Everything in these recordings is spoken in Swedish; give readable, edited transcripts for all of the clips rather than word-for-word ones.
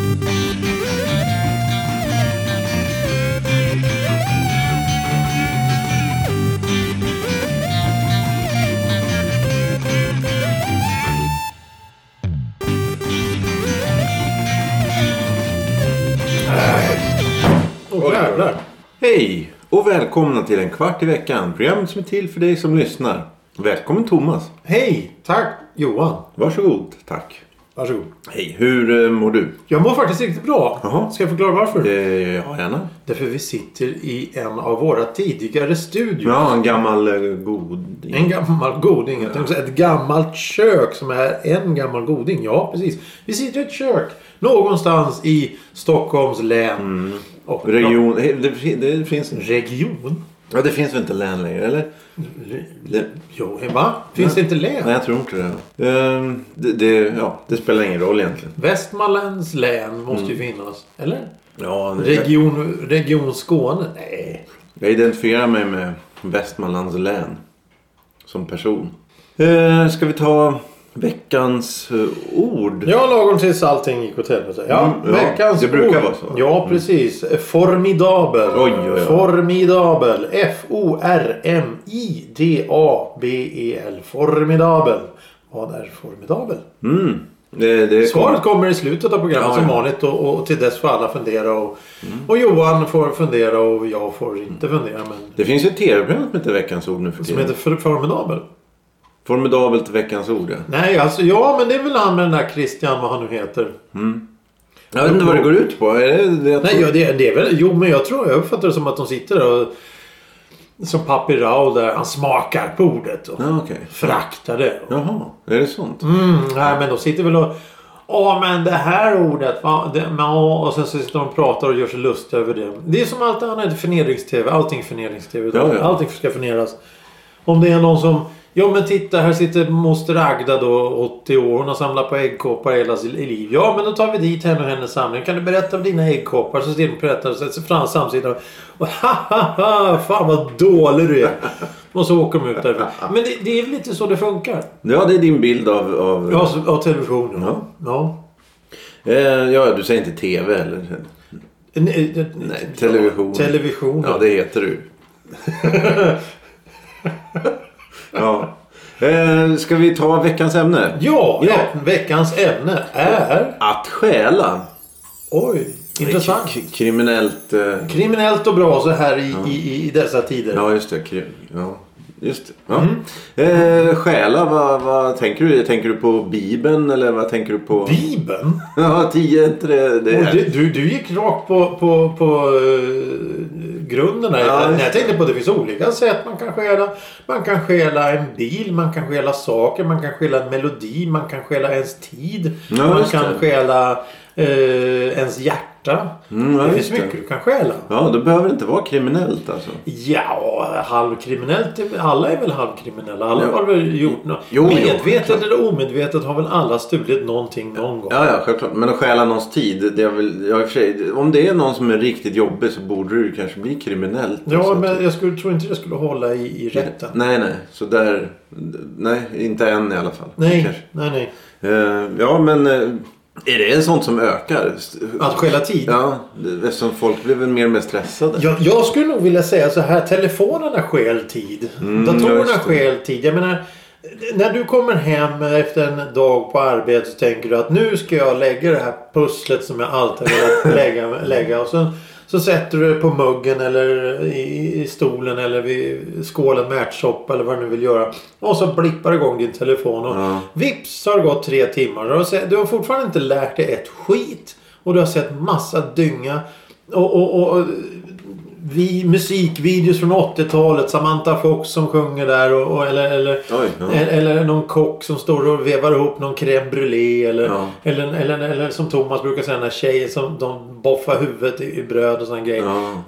Hej och välkomna till en kvart i veckan. Programmet som är till för dig som lyssnar. Välkommen Thomas. Hej, tack Johan. Varsågod, tack. Varsågod. Hej, hur mår du? Jag mår faktiskt riktigt bra. Jaha. Ska jag förklara varför? Ja, gärna. Därför vi sitter i en av våra tidigare studios. Ja, en gammal goding. En gammal goding. Jag tänkte säga ett gammalt kök som är en gammal goding. Ja, precis. Vi sitter i ett kök någonstans i Stockholms län. Och Region. Det finns en region. Ja, det finns väl inte län längre, eller? Jo, va? Finns det inte län? Nej, jag tror inte det. Det spelar ingen roll egentligen. Västmanlands län måste ju finnas. Eller? Ja, Region Skåne? Nej. Jag identifierar mig med Västmanlands län som person. Ska vi ta veckans ord? Ja, lagom tills allting gick åt helvete. Ja, veckans det brukar ord. vara så. Ja, precis. Formidabel. Oj. Formidabel. F-O-R-M-I-D-A-B-E-L. Formidabel. Vad är formidabel? Svaret kommer i slutet av programmet som vanligt. Och till dess får alla fundera. Och Johan får fundera och jag får inte fundera. Men det finns ju ett tv-program som heter Veckans ord nu för tiden. som heter Formidabel. Formidabelt veckans ord. Nej, alltså men det är väl han med den där Christian, vad han nu heter. Jag vet inte vad det går ut på. Nej, det är väl... Jo, men jag uppfattar det som att de sitter där och... Som Papi Raul där. Han smakar på ordet. Och föraktar det. Jaha, är det sånt? Nej, men de sitter väl och... men det här ordet... och sen så sitter de och pratar och gör sig lustiga över det. Det är som allt annat förnedrings-tv. Allting förnedrings-tv. Ja. Allting ska förnedras. Om det är någon som... Ja, men titta, här sitter moster Agda då, 80 år. Hon har samlat på äggkoppar hela sitt liv. Ja, men då tar vi dit henne och hennes samling. Kan du berätta om dina äggkoppar? Så sitter de och berättar och sätter fram samsidan. Och fan vad dålig du är. Och så åker de ut därifrån. Men det är väl lite så det funkar. Ja, det är din bild av... Ja, av televisionen. Ja. Du säger inte tv eller? Nej, television. Television. Ja, det heter du. Ja. Ska vi ta veckans ämne? Ja. Veckans ämne är... Att stjäla. Oj, intressant. Kriminellt. Kriminellt och bra så här i dessa tider. Ja, just det. Ja. Stjäla, vad tänker du? Tänker du på Bibeln eller vad tänker du på? Bibeln? Ja, 10 inte det. Du gick rakt på grunden här. Ja, jag tänkte på att det finns olika sätt man kan stjäla. Man kan stjäla en bil, man kan stjäla saker, man kan stjäla en melodi, man kan stjäla ens tid, man kan stjäla ens hjärta. Det finns mycket du kan stjäla. Ja, det behöver inte vara kriminellt alltså. Ja, halvkriminellt. Alla är väl halvkriminella. Alla har väl gjort något. Medvetet eller omedvetet har väl alla stulit någonting någon gång. Ja, självklart. Men att stjäla någons tid, det är väl, om det är någon som är riktigt jobbig så borde det ju kanske bli kriminellt. Ja, men jag tror inte det skulle hålla i rätten. Nej. Så där... Nej, inte än i alla fall. Nej. Ja, men... Är det en sånt som ökar? Att stjäla tid? Ja, eftersom folk blir väl mer och mer stressade. Jag skulle nog vilja säga så här. Telefonerna stjäl tid. Datorerna stjäl tid. Jag menar, när du kommer hem efter en dag på arbete så tänker du att nu ska jag lägga det här pusslet som jag alltid velat lägga. Och så sätter du det på muggen eller i stolen eller vid skålen med ärtsoppa eller vad du nu vill göra. Och så blippar igång din telefon och vips så har det gått 3 timmar. Du har fortfarande inte lärt dig ett skit och du har sett massa dynga och musikvideos från 80-talet, Samantha Fox som sjunger där eller någon kock som står och vevar ihop någon crème brûlée eller som Thomas brukar säga, den här tjejen som de boffar huvudet i bröd och sådana grejer.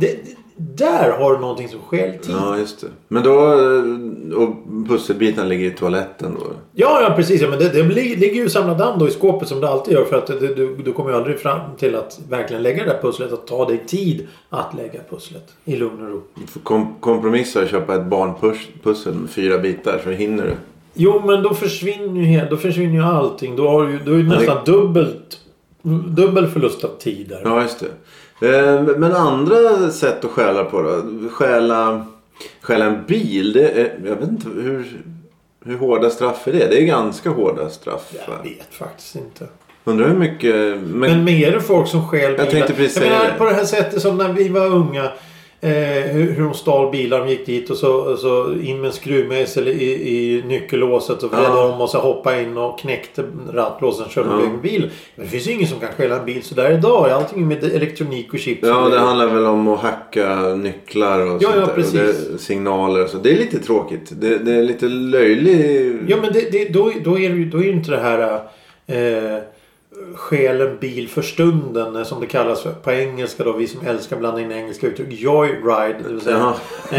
Där har du någonting som stjäl tid. Ja, just det. Men då och pusselbiten ligger i toaletten då? Ja, precis. Ja, men det ligger ju samlat damm då i skåpet som det alltid gör, för att du kommer ju aldrig fram till att verkligen lägga det där pusslet och ta dig tid att lägga pusslet i lugn och ro. Du får kompromissa och köpa ett barnpussel med 4 bitar så hinner du. Jo, men då försvinner ju allting. Då har du nästan dubbelt dubbel förlust av tid där. Ja, just det. Men andra sätt att stjäla på då? Stjäla en bil, jag vet inte hur hårda straff är det? Det är ganska hårda straff. Jag vet faktiskt inte. Undrar hur mycket... Men mer folk som stjäl bilar. Jag tänkte precis säga det. På det här sättet som när vi var unga. Hur de stal bilar, de gick dit och så in med en skruvmejsel i nyckellåset och vred om och så hoppa in och knäckte rattlåsen och körde med bil. Men det finns ju ingen som kan stjäla en bil så där idag. Allting med elektronik och chips. Ja, det handlar väl om att hacka nycklar och sånt där. Precis. Och signaler och så. Det är lite tråkigt. Det är lite löjligt. Ja, men då är det inte det här... stjäl en bil för stunden som det kallas på engelska då, vi som älskar blanda in engelska uttryck, joyride, det vill säga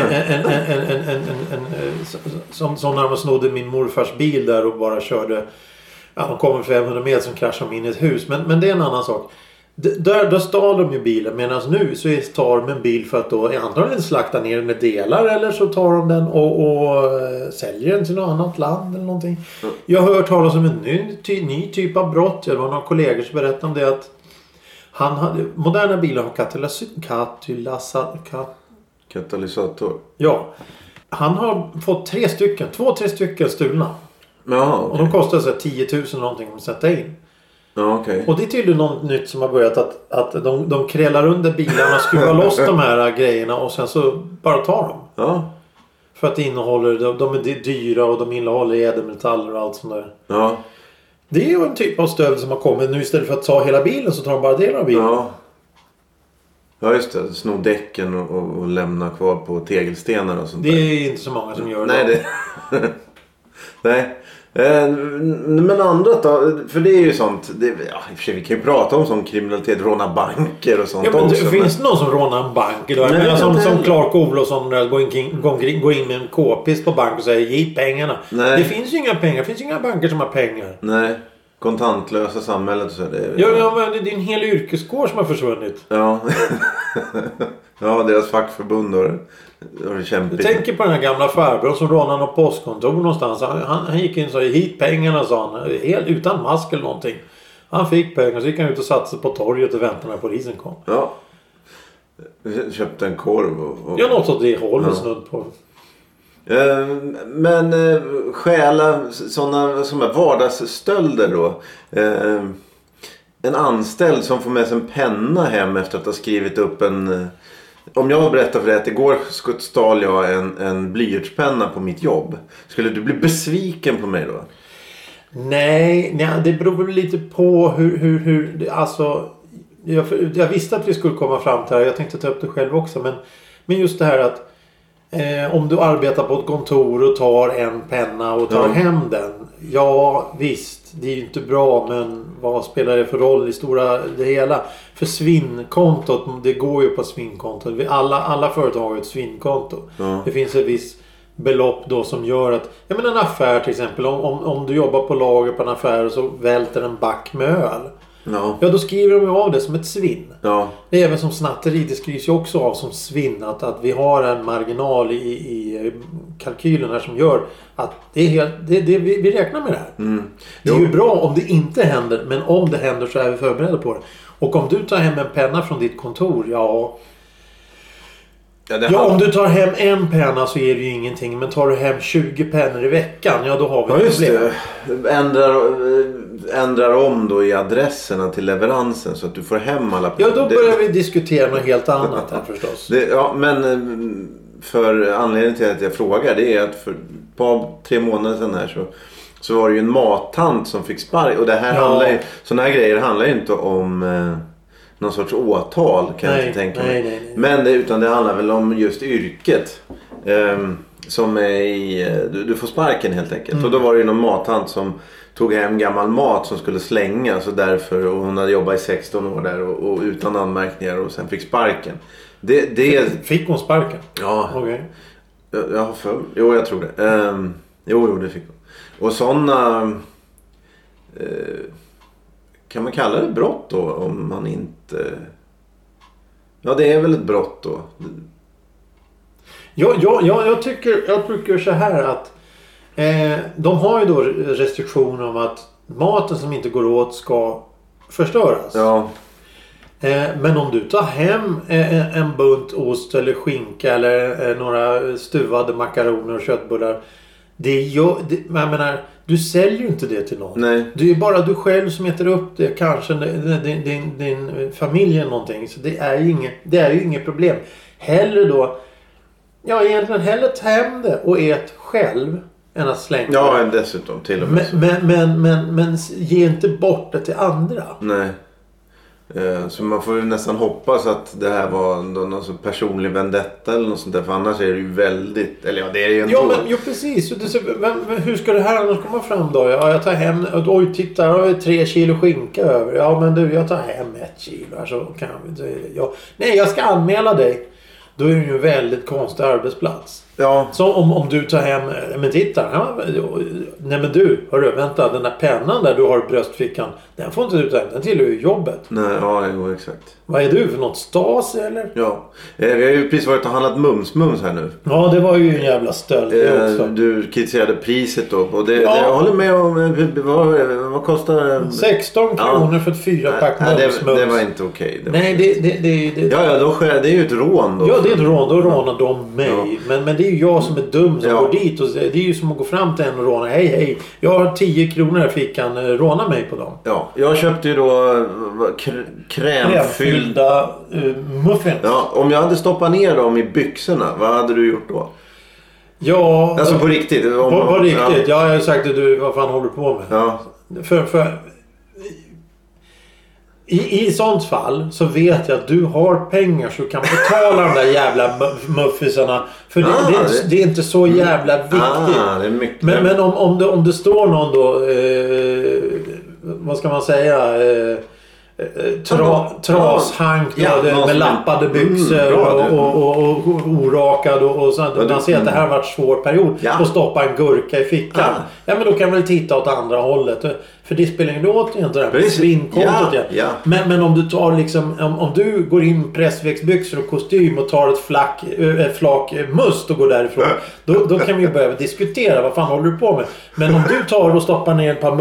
som när de snodde min morfars bil där och bara körde, de kommer 500 meter som kraschar in i ett hus, men det är en annan sak. Då stal de ju bilen, medan nu så tar de en bil för att då antagligen slakta ner den med delar, eller så tar de den och säljer den till något annat land eller någonting. Jag har hört talas om en ny typ av brott. Det var några kollegor som berättade om det, att moderna bilar har katalysator. Ja. Han har fått 2-3 stycken stulna. Jaha, okay. Och de kostar så 10 000 någonting att sätta in. Ja, okay. Och det är tydligen något nytt som har börjat, att de krälar under bilarna, skruvar loss de här grejerna och sen så bara tar dem. Ja. För att de är dyra och de innehåller ädelmetaller och allt sånt där. Ja. Det är ju en typ av stöld som har kommit nu. Istället för att ta hela bilen så tar de bara delar av bilen. Ja, just det. Sno däcken och lämna kvar på tegelstenar och sånt där. Det är inte så många som gör det. Nej. Men andra då? För det är ju sånt. I och för sig, vi kan ju prata om sån kriminalitet, råna banker och sånt men också. Finns det någon som rånar en bank idag? Som Clark Olofsson går in med en k-pist på bank och säger ge pengarna. Nej. Det finns ju inga pengar. Det finns ju inga banker som har pengar. Nej. Kontantlösa samhället och så. Men det är en hel yrkeskår som har försvunnit. Ja. Ja, deras fackförbund har det kämpigt. Jag tänker på den här gamla farbrorn som rånade något postkontor någonstans. Han gick in och sa hit pengarna, sa han. Helt utan mask eller någonting. Han fick pengar, så gick han ut och satte sig på torget och väntade när polisen kom. Ja. Köpte en korv och... Ja, något åt det hållet snudd på. Men stjäla sådana som är vardagsstölder då. En anställd som får med sig en penna hem efter att ha skrivit upp en... Om jag berättar för dig att igår stal jag en blyertspenna på mitt jobb. Skulle du bli besviken på mig då? Nej, det beror lite på hur alltså... Jag visste att vi skulle komma fram till det här. Jag tänkte ta upp det själv också. Men just det här att om du arbetar på ett kontor och tar en penna och tar hem den. Ja, visst. Det är ju inte bra, men vad spelar det för roll i det hela? För svinnkontot, det går ju på svinnkontot. Alla företag har ett svinnkonto. Ja. Det finns ett visst belopp då som gör att... Jag menar en affär till exempel. Om du jobbar på lager på en affär och så välter en back med öl. Ja, då skriver de ju av det som ett svinn. Ja. Det är även som snatteri, det skrivs ju också av som svinn. Att vi har en marginal i kalkylen här som gör att vi räknar med det här. Mm. Det är ju bra om det inte händer, men om det händer så är vi förberedda på det. Och om du tar hem en penna från ditt kontor, om du tar hem en penna så är det ju ingenting. Men tar du hem 20 pennor i veckan, då har vi problem. Ändrar om då i adresserna till leveransen så att du får hem alla pengar. Ja, då börjar vi diskutera något helt annat här förstås. Men för anledningen till att jag frågar, det är att för ett par 3 månader sedan här så var det ju en mattant som fick spark. Och det här sådana här grejer handlar ju inte om någon sorts åtal, kan jag inte tänka mig. Nej. Men utan det handlar väl om just yrket. Som är du får sparken helt enkelt. Mm. Och då var det ju någon mattant som tog hem gammal mat som skulle slängas och hon hade jobbat i 16 år där och utan anmärkningar och sen fick sparken. Fick hon sparken? Ja. Okay. Jo, jag tror det. Jo, det fick hon. Och sådana kan man kalla det brott då om man inte... Ja, det är väl ett brott då. Jag tycker så här att de har ju då restriktioner om att maten som inte går åt ska förstöras. Ja. Men om du tar hem en bunt ost eller skinka eller några stuvade makaroner och köttbullar. Jag menar, du säljer ju inte det till någon. Nej. Det är ju bara du själv som äter upp det. Kanske din familj eller någonting. Så det är ju inget problem. Hellre då. Ja, egentligen hellre ta hem det och ät själv. Än att slänga det. Ja, dessutom till och med. Men ge inte bort det till andra. Nej. Så man får ju nästan hoppas att det här var någon så personlig vendetta eller något sånt där. För annars är det ju väldigt... Eller ja, det är det ju ändå. Ja, men precis. Men hur ska det här annars komma fram då? Ja, jag tar hem... Oj, titta, jag har 3 kilo skinka över. Ja, men du, jag tar hem 1 kilo. Här, så kan nej, jag ska anmäla dig. Då är det ju en väldigt konstig arbetsplats. Ja. Så om du tar hem... Men titta. Nej, men du, hörru, vänta. Den där pennan där du har i bröstfickan. Den får inte du ta hem. Den tillhör ju jobbet. Nej, ja, jo, exakt. Vad är du för något? Stas eller? Ja. Vi har ju precis varit och handlat mums här nu. Ja, det var ju en jävla stöld också. Du kritiserade priset då. Och det, ja. Jag håller med om... Vad kostar... 16 kronor för ett 4-pack mums. Det var inte okej. Nej, det... Ja, då sker det är ju ett rån då. Ja, det är ett rån. Då rånar de mig. Ja. Men det är ju jag som är dum som går dit. Och det är ju som att gå fram till en och råna. Hej, jag har 10 kronor i fickan. Råna mig på dem. Ja, jag köpte ju då krämfyllda muffins. Ja, om jag hade stoppat ner dem i byxorna, vad hade du gjort då? Ja... Alltså på riktigt. På riktigt, ja. Jag har sagt att du, vad fan håller du på med? Ja. För i sånt fall så vet jag att du har pengar så du kan betala de där jävla muffinsarna. För det är inte så jävla viktigt. Det är mycket. Men om det står någon då... vad ska man säga... trashank med lappade byxor och orakad och så, man ser att det här har varit en svår period och stoppa en gurka i fickan. Ja, men då kan man väl titta åt andra hållet. För det spelar ju åt inte det här med svinkontot. Ja. Men om du tar liksom, om du går in pressväxtbyxor och kostym och tar ett flak must och går därifrån, då kan vi ju börja diskutera vad fan håller du på med. Men om du tar och stoppar ner ett par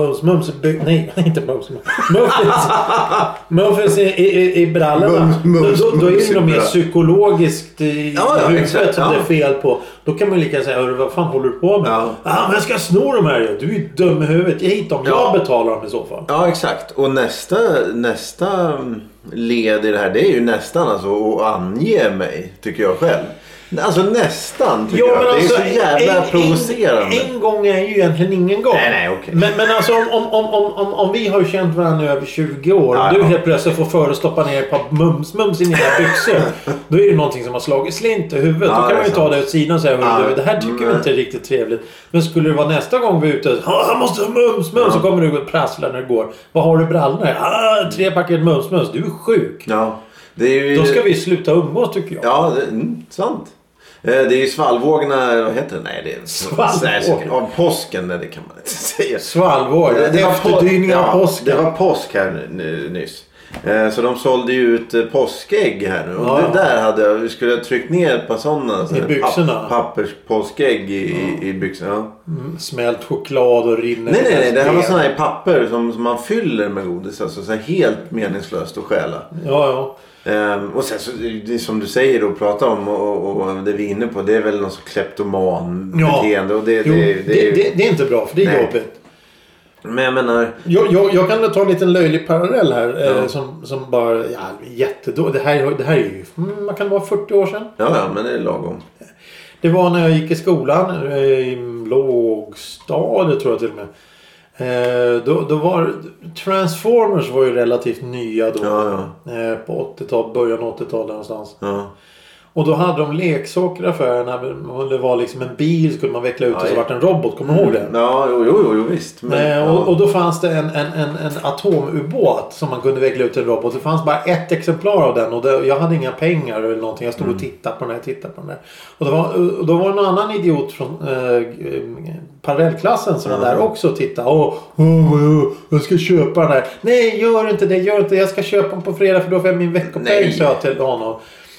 muffins i brallorna, då är det nog mer psykologiskt i huvudet som det är fel på. Då kan man lika säga, vad fan håller du på med? Men jag ska sno de här. Du är ju dum i huvudet. Jag hittar dem. Jag betalar dem i så fall. Ja, exakt. Och nästa led i det här, det är ju nästan alltså att ange mig, tycker jag själv. Alltså nästan tycker jag. Det är så jävla provocerande. En gång är ju egentligen ingen gång. Nej, okej. Men alltså om vi har känt varandra över 20 år och du helt plötsligt får förestoppa ner ett par mums i dina byxor, då är det någonting som har slagit slint i huvudet. Då kan man ju ta det åt sidan och säga det här tycker jag inte är riktigt trevligt. Men skulle det vara nästa gång vi är ute han måste ha mums så kommer du och prasslar när det går. Vad har du i brallorna? 3 paket mums. Du är sjuk. Ja, det är ju... Då ska vi sluta umgås tycker jag. Ja, sant. Det är ju svallvågorna, vad heter det? Nej, det är svallvågor. Av påsken, det kan man inte säga. Svallvågor, det är efterdyningar av påsken. Det var påsk här nyss. Så de sålde ju ut påskägg här nu. Och det där vi skulle ha tryckt ner ett par sådana i byxorna. Papperspåskägg i byxorna. Smält choklad och rinner. Nej, det här var sådana här papper som man fyller med godis. Alltså så här helt meningslöst att stjäla. Ja. Och sen så, det som du säger och pratar om och det vi är inne på, det är väl något så kleptoman beteende. Och det är inte bra, för det är jobbigt. Men jag menar... Jag kan ta en liten löjlig parallell här som bara jättedåligt. Det här är ju, man kan vara 40 år sedan. Ja, men det är lagom. Det var när jag gick i skolan i lågstadiet tror jag till och med. Då var Transformers var ju relativt nya då. På 80-talet, början 80-talet någonstans. Och då hade de leksaker i affärerna. Det var liksom en bil skulle man veckla ut och så var det en robot. Kommer du ihåg det? Ja, jo visst. Men, och då fanns det en atomubåt som man kunde veckla ut en robot. Det fanns bara ett exemplar av den. Och jag hade inga pengar eller någonting. Jag stod och tittade på den här. Och då var det någon annan idiot från parallellklassen som var där också och tittade. Jag ska köpa den här. Nej, gör inte det. Jag ska köpa den på fredag för då får jag min veckopeng, sa jag till honom.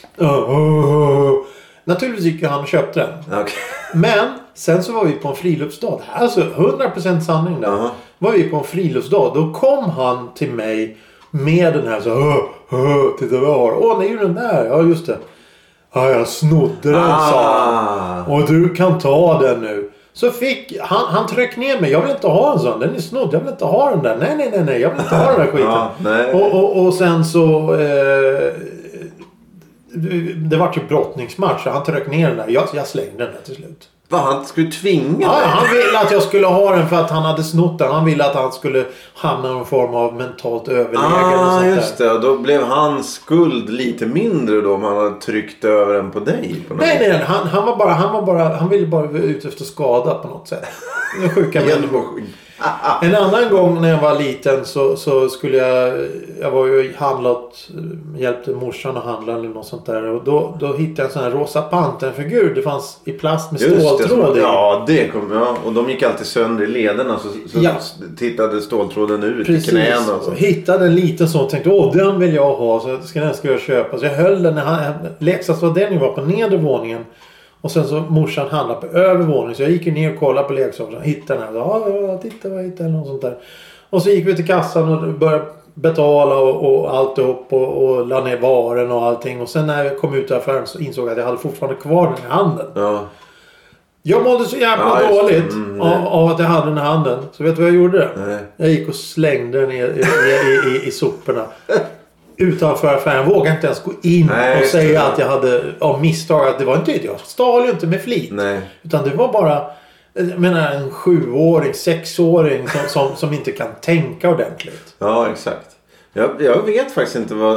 Naturligtvis gick han och köpte den. Okay. Men sen så var vi på en friluftsdag. Alltså 100% sanning där. Var vi på en friluftsdag. Då kom han till mig med den här så titta vad jag har. Det är ju den där. Ja, just det. Ja, jag snodde den, sa han. Och du kan ta den nu. Så fick han tryck ner mig. Jag vill inte ha en sån. Den är snodd. Jag vill inte ha den där. Nej. Jag vill inte ha den där skiten. Och sen så det var typ brottningsmatch. Så han tryck ner den där. Jag slängde den där till slut. Vad, han skulle tvinga dig? Ja, han ville att jag skulle ha den för att han hade snott den. Han ville att han skulle hamna i någon form av mentalt överläge. Just det. Och då blev hans skuld lite mindre då om han hade tryckt över den på dig. På nej. Han ville bara vara ute efter skada på något sätt. Det är sjuka människor. En annan gång när jag var liten så skulle jag var ju hjälpte morsan att handla eller något sånt där, och då hittade jag en sån här Rosa Pantern-figur. Det fanns i plast med ståltråd. Ja, det kom, ja. Och de gick alltid sönder i lederna så tittade ståltråden ut i knäna. Och så. Hittade en liten sån och tänkte, den vill jag ha, så den ska jag köpa. Så jag höll den när leksaksavdelningen var på nedre våningen. Och sen så morsan handlade på övervåningen. Så jag gick ner och kollade på leksaker. Och hittade den här. Titta vad jag hittade. Eller något sånt där. Och så gick vi till kassan och började betala och allt upp. Och la ner varen och allting. Och sen när jag kom ut i affären så insåg jag att jag hade fortfarande kvar den i handen. Ja. Jag mådde så jävla dåligt av att jag hade den i handen. Så vet du vad jag gjorde? Nej. Jag gick och slängde den i soporna. Utanför affären. Jag vågade inte ens gå in och säga att jag hade av misstag. Att det var inte, jag stal ju inte med flit. Nej. Utan det var bara en 7-åring, 6-åring som inte kan tänka ordentligt. Ja, exakt. Jag vet faktiskt inte vad...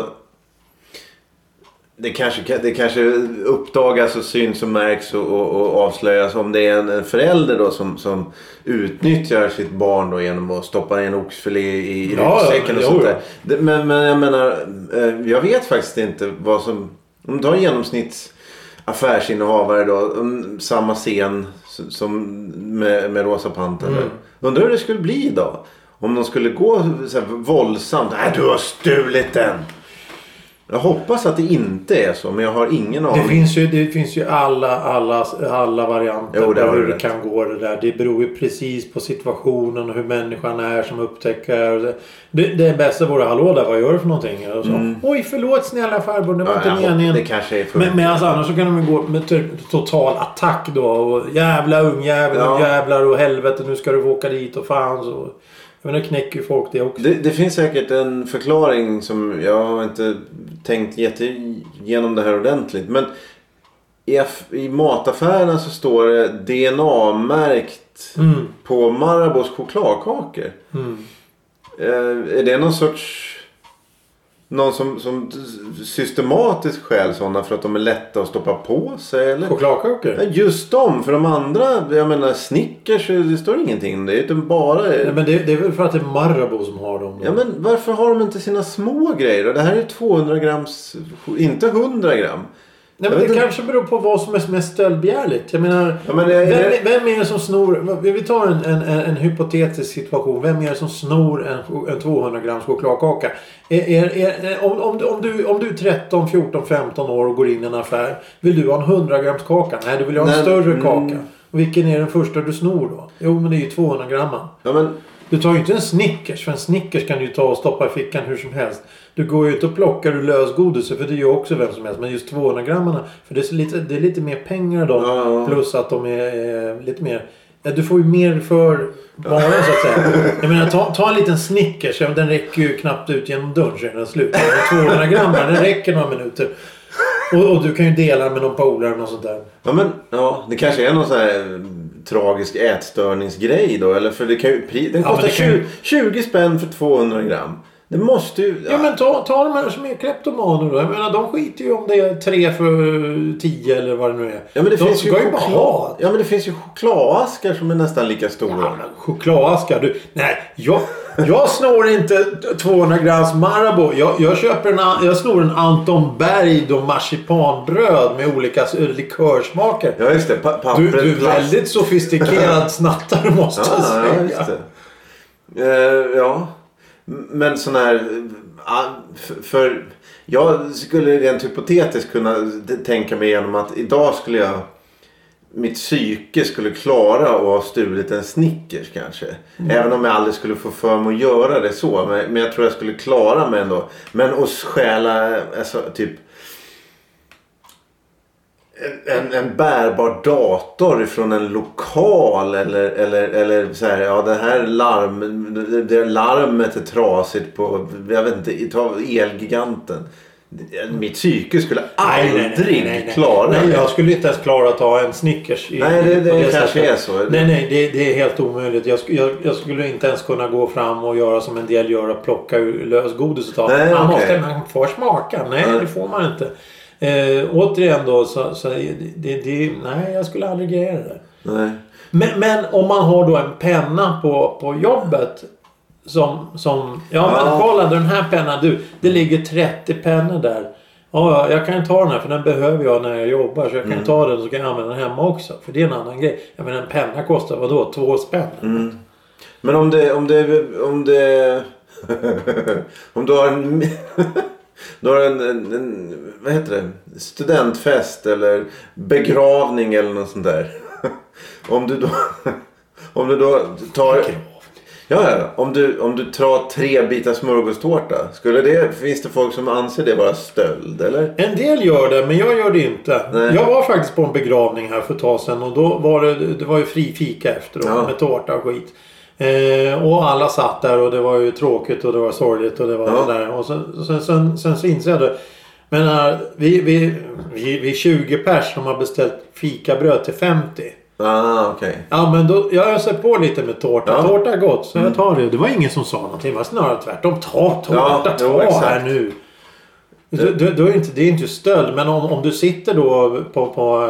Det kanske uppdagas och syns och märks och avslöjas om det är en förälder då som utnyttjar sitt barn då genom att stoppa en oxfilé i ryggsäcken och sånt där. Men jag menar, jag vet faktiskt inte vad som... Om du har genomsnittsaffärsinnehavare då, samma scen som med Rosa Pantern. Undrar hur det skulle bli då? Om de skulle gå så här våldsamt. Nej, du har stulit den! Jag hoppas att det inte är så, men jag har ingen aning. Det finns ju alla varianter på hur det kan gå det där. Det beror ju precis på situationen och hur människan är som upptäcker. Det bästa vore, hallå där, vad gör du för någonting? Och så, oj, förlåt snälla farbror, det var inte meningen. Det kanske är för... Men alltså, annars så kan de gå med total attack då. Och jävla jävlar och helvete, nu ska du åka dit och fan så... Men det knäcker ju folk det också. Det finns säkert en förklaring som jag har inte tänkt igenom det här ordentligt. Men i mataffärerna så står det DNA-märkt på Marabous chokladkakor. Är det någon som systematiskt stjäl sådana för att de är lätta att stoppa på sig? Eller? Chokladkakor? Ja, just de. För de andra, jag menar Snickers, det står ingenting om det. Utan bara... Nej, men det är väl för att det är Marabou som har dem. Då. Ja, men varför har de inte sina små grejer? Det här är 200 grams, inte 100 gram. Nej, men det kanske beror på vad som är mest stöldbegärligt. Jag menar, vem är det som snor... Vi tar en hypotetisk situation. Vem är det som snor en 200 grams chokladkaka? Om du är 13, 14, 15 år och går in i en affär, vill du ha en 100 grams kaka? Nej, du vill ha en större kaka. Och vilken är den första du snor då? Jo, men det är ju 200 gram. Ja, men... Du tar ju inte en Snickers. För en Snickers kan du ju ta och stoppa i fickan hur som helst. Du går ju inte och plockar lösgodis. För det gör också vem som helst. Men just 200 grammarna. För det är lite mer pengar då. Ja. Plus att de är lite mer... Ja, du får ju mer för varan så att säga. Jag menar, ta en liten Snickers. Den räcker ju knappt ut genom dörren så är den slut. 200 grammar, den räcker några minuter. Och du kan ju dela med någon polare och sånt där. Ja, men det kanske är någon sån här tragisk ätstörningsgrej då. Eller för det kan ju, den kostar 20 spänn för 200 gram. Det måste ju... Ja, men ta de här som är kleptomaner då. Jag menar, de skiter ju om det är 3 för 10 eller vad det nu är. Ja, men det finns ju choklad. Ja, men det finns ju chokladaskar som är nästan lika stora. Ja, men chokladaskar, du... Nej, jag snor inte 200 grams Marabou. Jag snor en Anton Berg och marsipanbröd med olika likörsmaker. Ja, just det. Du är väldigt sofistikerad snattare, måste jag säga. Ja, just det. Ja. Men sån här... För jag skulle rent hypotetiskt kunna tänka mig igenom att idag skulle jag mitt psyke skulle klara att ha stulit en Snickers kanske. Även om jag aldrig skulle få för mig att göra det så. Men jag tror jag skulle klara mig ändå. Men att stjäla alltså, typ en bärbar dator från en lokal eller så här, ja, det här larmet är trasigt på, jag vet inte, ta Elgiganten. Mitt psyke skulle aldrig klara det. Nej, jag skulle inte ens klara att ta en Snickers. Nej, det kanske är så. Nej, det är helt omöjligt. Jag skulle inte ens kunna gå fram och göra som en del gör och plocka ur lösgodis och ta. Man får smaka. Nej, det får man inte. Återigen då så nej, jag skulle aldrig greja det. Nej. Men om man har då en penna på jobbet som men kolla den här pennan det ligger 30 pennor där. Ja, jag kan ta den här för den behöver jag när jag jobbar, så jag kan ta den och så kan jag använda den hemma också, för det är en annan grej. Jag menar, en penna kostar vadå? 2 spänn. Men om du har en du har en vad heter det, studentfest eller begravning eller något sånt där. Om du då tar om du tar 3 bitar smörgåstårta, finns det folk som anser det vara stöld eller? En del gör det, men jag gör det inte. Nej. Jag var faktiskt på en begravning här för ett tag sedan och då var det var ju fri fika efteråt med tårta och skit. Och alla satt där och det var ju tråkigt och det var sorgligt och det var det där. Och sen så inser jag det. Men vi 20 pers som har beställt fikabröd till 50. Okej. Ja, men då jag öser på lite med tårta. Tårta är gott, så jag tar det. Det var ingen som sa någonting. Det var snarare tvärtom. Ta här nu. Det är inte stöld. Men om du sitter då på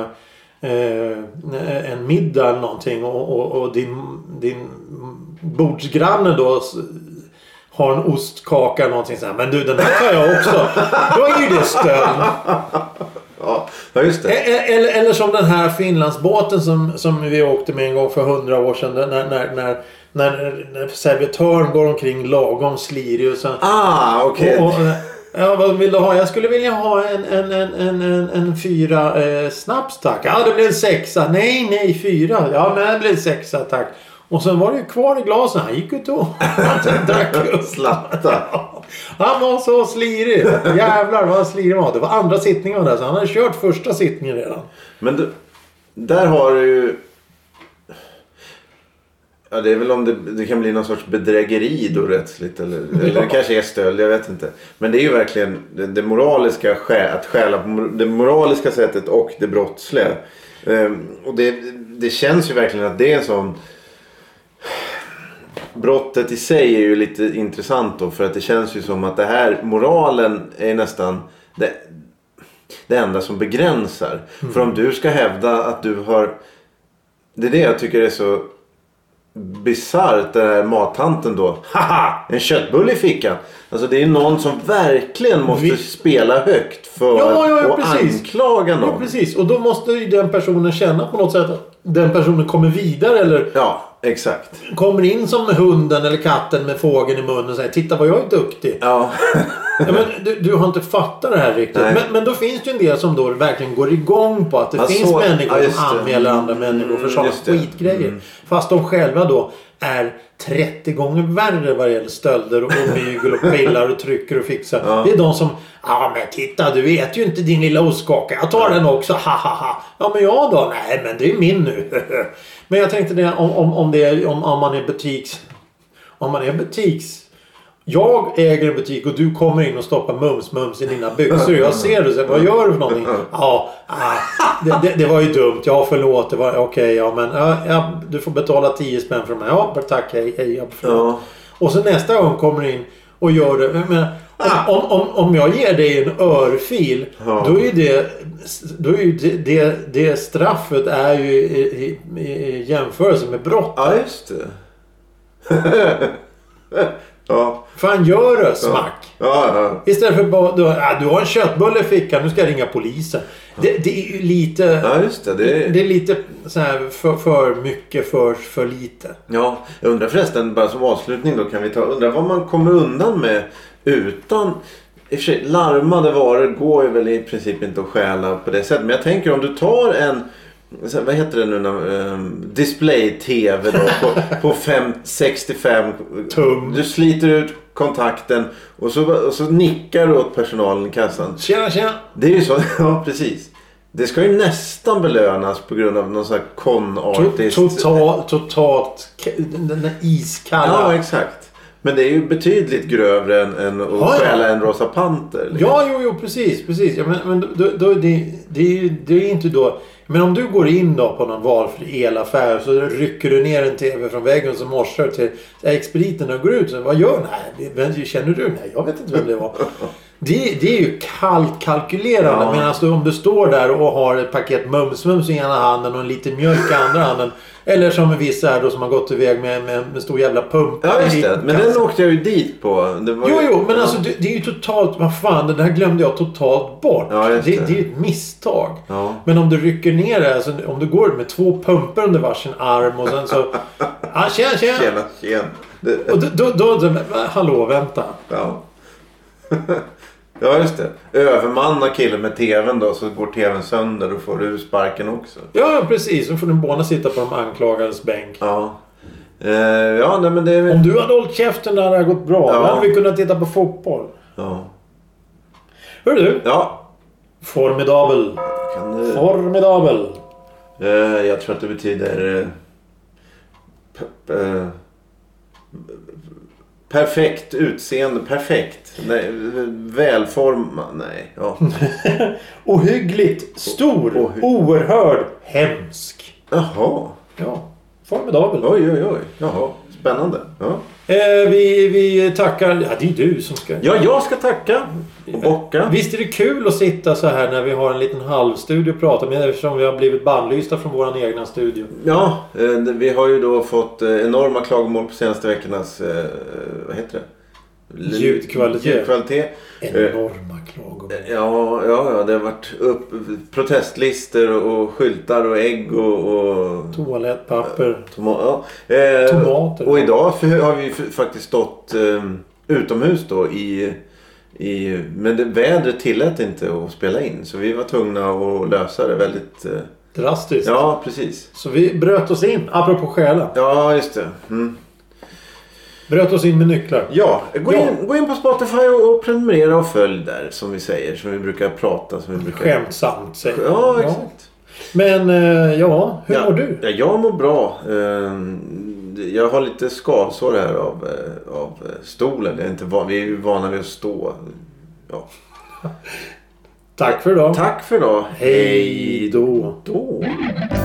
en middag eller någonting och din bordsgranne då har en ostkaka eller någonting så här. Men du, den här tar jag också. Då är ju det stöld. Ja, just det. Eller som den här Finlandsbåten som vi åkte med en gång för 100 år sedan. När servitören går omkring lagom slirig och så. Okej. Ja, vad vill du ha? Jag skulle vilja ha en 4 snaps, tack. Ja, det blir en 6. Nej, 4. Ja, men det blir en 6, tack. Och sen var det ju kvar i glasen. Han gick ut och drack och slatta. Han var så slirig. Jävlar vad slirig var. Det var andra sittningen där, så han hade kört första sittningen redan. Men där har du ju... Ja, det är väl om det kan bli någon sorts bedrägeri då rättsligt. Eller det kanske är stöld, jag vet inte. Men det är ju verkligen det moraliska att stjäla på det moraliska sättet och det brottsliga. Och det känns ju verkligen att det är en sån... Brottet i sig är ju lite intressant då, för att det känns ju som att det här moralen är nästan det enda som begränsar. För om du ska hävda att du har... Det är det jag tycker är så bizarrt, den här mattanten då. Haha, en köttbulle i fickan. Alltså det är någon som verkligen måste spela högt för att anklaga någon. Ja, precis. Och då måste ju den personen känna på något sätt att den personen kommer vidare eller... Ja, exakt. Kommer in som hunden eller katten med fågeln i munnen och säger, titta vad jag är duktig. Ja. Men du har inte fattat det här riktigt. Men då finns det ju en del som då verkligen går igång på att det finns människor som anmäler andra människor för sådana skitgrejer. Fast de själva då är 30 gånger värre vad det gäller stölder och mygel och pillar och trycker och fixar. Ja. Det är de som, men titta, du vet ju inte din lilla ostkaka. Jag tar den också, hahaha. Ja, men jag då? Nej, men det är min nu. Men jag tänkte det om man är butiks... Om man är butiks... Jag äger en butik och du kommer in och stoppar mums i dina byxor. Jag ser det och säger, vad gör du för någonting? Det var ju dumt. Ja, förlåt. Det var okej, men du får betala 10 spänn för mig. Ja, tack, hej, förlåt. Och så nästa gång kommer in och gör det. Men om jag ger dig en örfil, då är det straffet är ju i jämförelse med brott. Ja, just det. Ja. Fan, gör det, smack. Ja. Istället för bara, du har en köttbulle i fickan, nu ska jag ringa polisen. Det är ju lite... Ja, just det. Det är lite så här för mycket för lite. Ja, jag undrar förresten, bara som avslutning då kan vi undra vad man kommer undan med utan... I och för sig, larmade varor går ju väl i princip inte att stjäla på det sättet. Men jag tänker om du tar vad heter det nu när, display-tv då på 65 tum. Du sliter ut kontakten och så nickar du åt personalen i kassan. Tjena. Det är ju så, ja precis. Det ska ju nästan belönas på grund av någon sån här con-artist. Totalt den där iskalla. Ja, exakt. Men det är ju betydligt grövre än att stjäla en rosa panter. Liksom. Ja, jo, precis. Ja, men då, det är inte då... Men om du går in då på någon valfri elaffär så rycker du ner en tv från väggen så morsar till expediten och går ut. Så, vad gör nej, vem känner du? Nej, jag vet inte vem det var. Det är ju kalkylerande. Ja. Medan om du står där och har ett paket mums i ena handen och en liten mjölk i andra handen. Eller som vissa här då som har gått iväg med stor jävla pump. Ja, just det. Men den åkte jag ju dit på. Det var men alltså det är ju totalt... Vad fan, det där glömde jag totalt bort. Ja, det är ju ett misstag. Ja. Men om du rycker ner det, alltså, om du går med 2 pumpar under varsin arm och sen så... Tjena. Och då hallå, vänta. Ja. Ja, just det. Övermanna killen med tvn då, så går tvn sönder och får du sparken också. Ja, precis. Så får du båda sitta på de anklagades bänk. Ja. Ja, nej, men det... Om du hade hållit käften där hade det gått bra. Ja. Då hade vi kunnat titta på fotboll. Ja. Hör du? Ja. Formidabel. Formidabel. Jag tror att det betyder... perfekt utseende, perfekt. Nej, välformad, nej. Ja. Ohyggligt, stor, oerhörd, hemsk. Jaha. Ja, formidabel. Oj. Jaha, spännande. Ja. Vi tackar, ja det är du som ska... Ja, jag ska tacka och bocka. Visst är det kul att sitta så här när vi har en liten halvstudio att prata med eftersom vi har blivit bannlysta från våran egna studio. Ja, vi har ju då fått enorma klagomål på senaste veckornas, vad heter det? Ljudkvalitet. Enorma klagomål. Ja, det har varit protestlister och skyltar och ägg och toalettpapper. Tomater. Och idag har vi faktiskt stått utomhus då men vädret tillät inte att spela in. Så vi var tvungna att lösa det väldigt... drastiskt. Ja, precis. Så vi bröt oss in, apropå stjäla. Ja, just det. Bröt oss in med nycklar. Ja, gå in på Spotify och prenumerera och följ där som vi säger. Som vi brukar prata. Skämtsamt säger Ja, exakt. Men hur mår du? Ja, jag mår bra. Jag har lite skavsår här av stolen. Vi är ju vana vid att stå. Ja. Tack för idag. Tack för idag. Hej då.